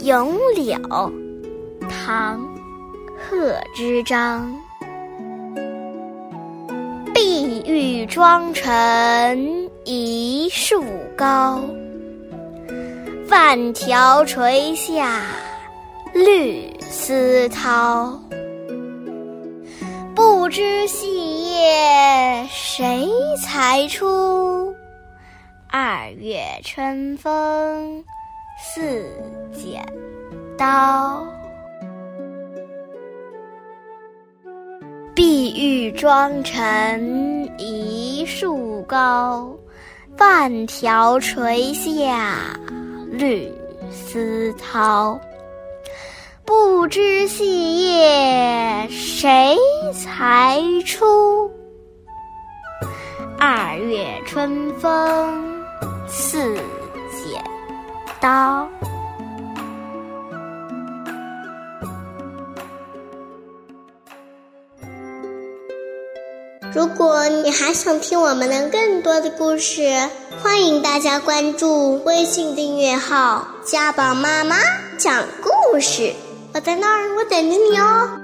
咏柳，唐·贺知章。碧玉妆成一树高，万条垂下绿丝绦。不知细叶谁裁出？二月春风似剪刀。碧玉妆成一树高，万条垂下绿丝绦。不知细叶谁裁出？二月春风似剪刀。 如果你还想听我们的更多的故事，欢迎大家关注微信订阅号家宝妈妈讲故事，我在那儿，我等着你哦。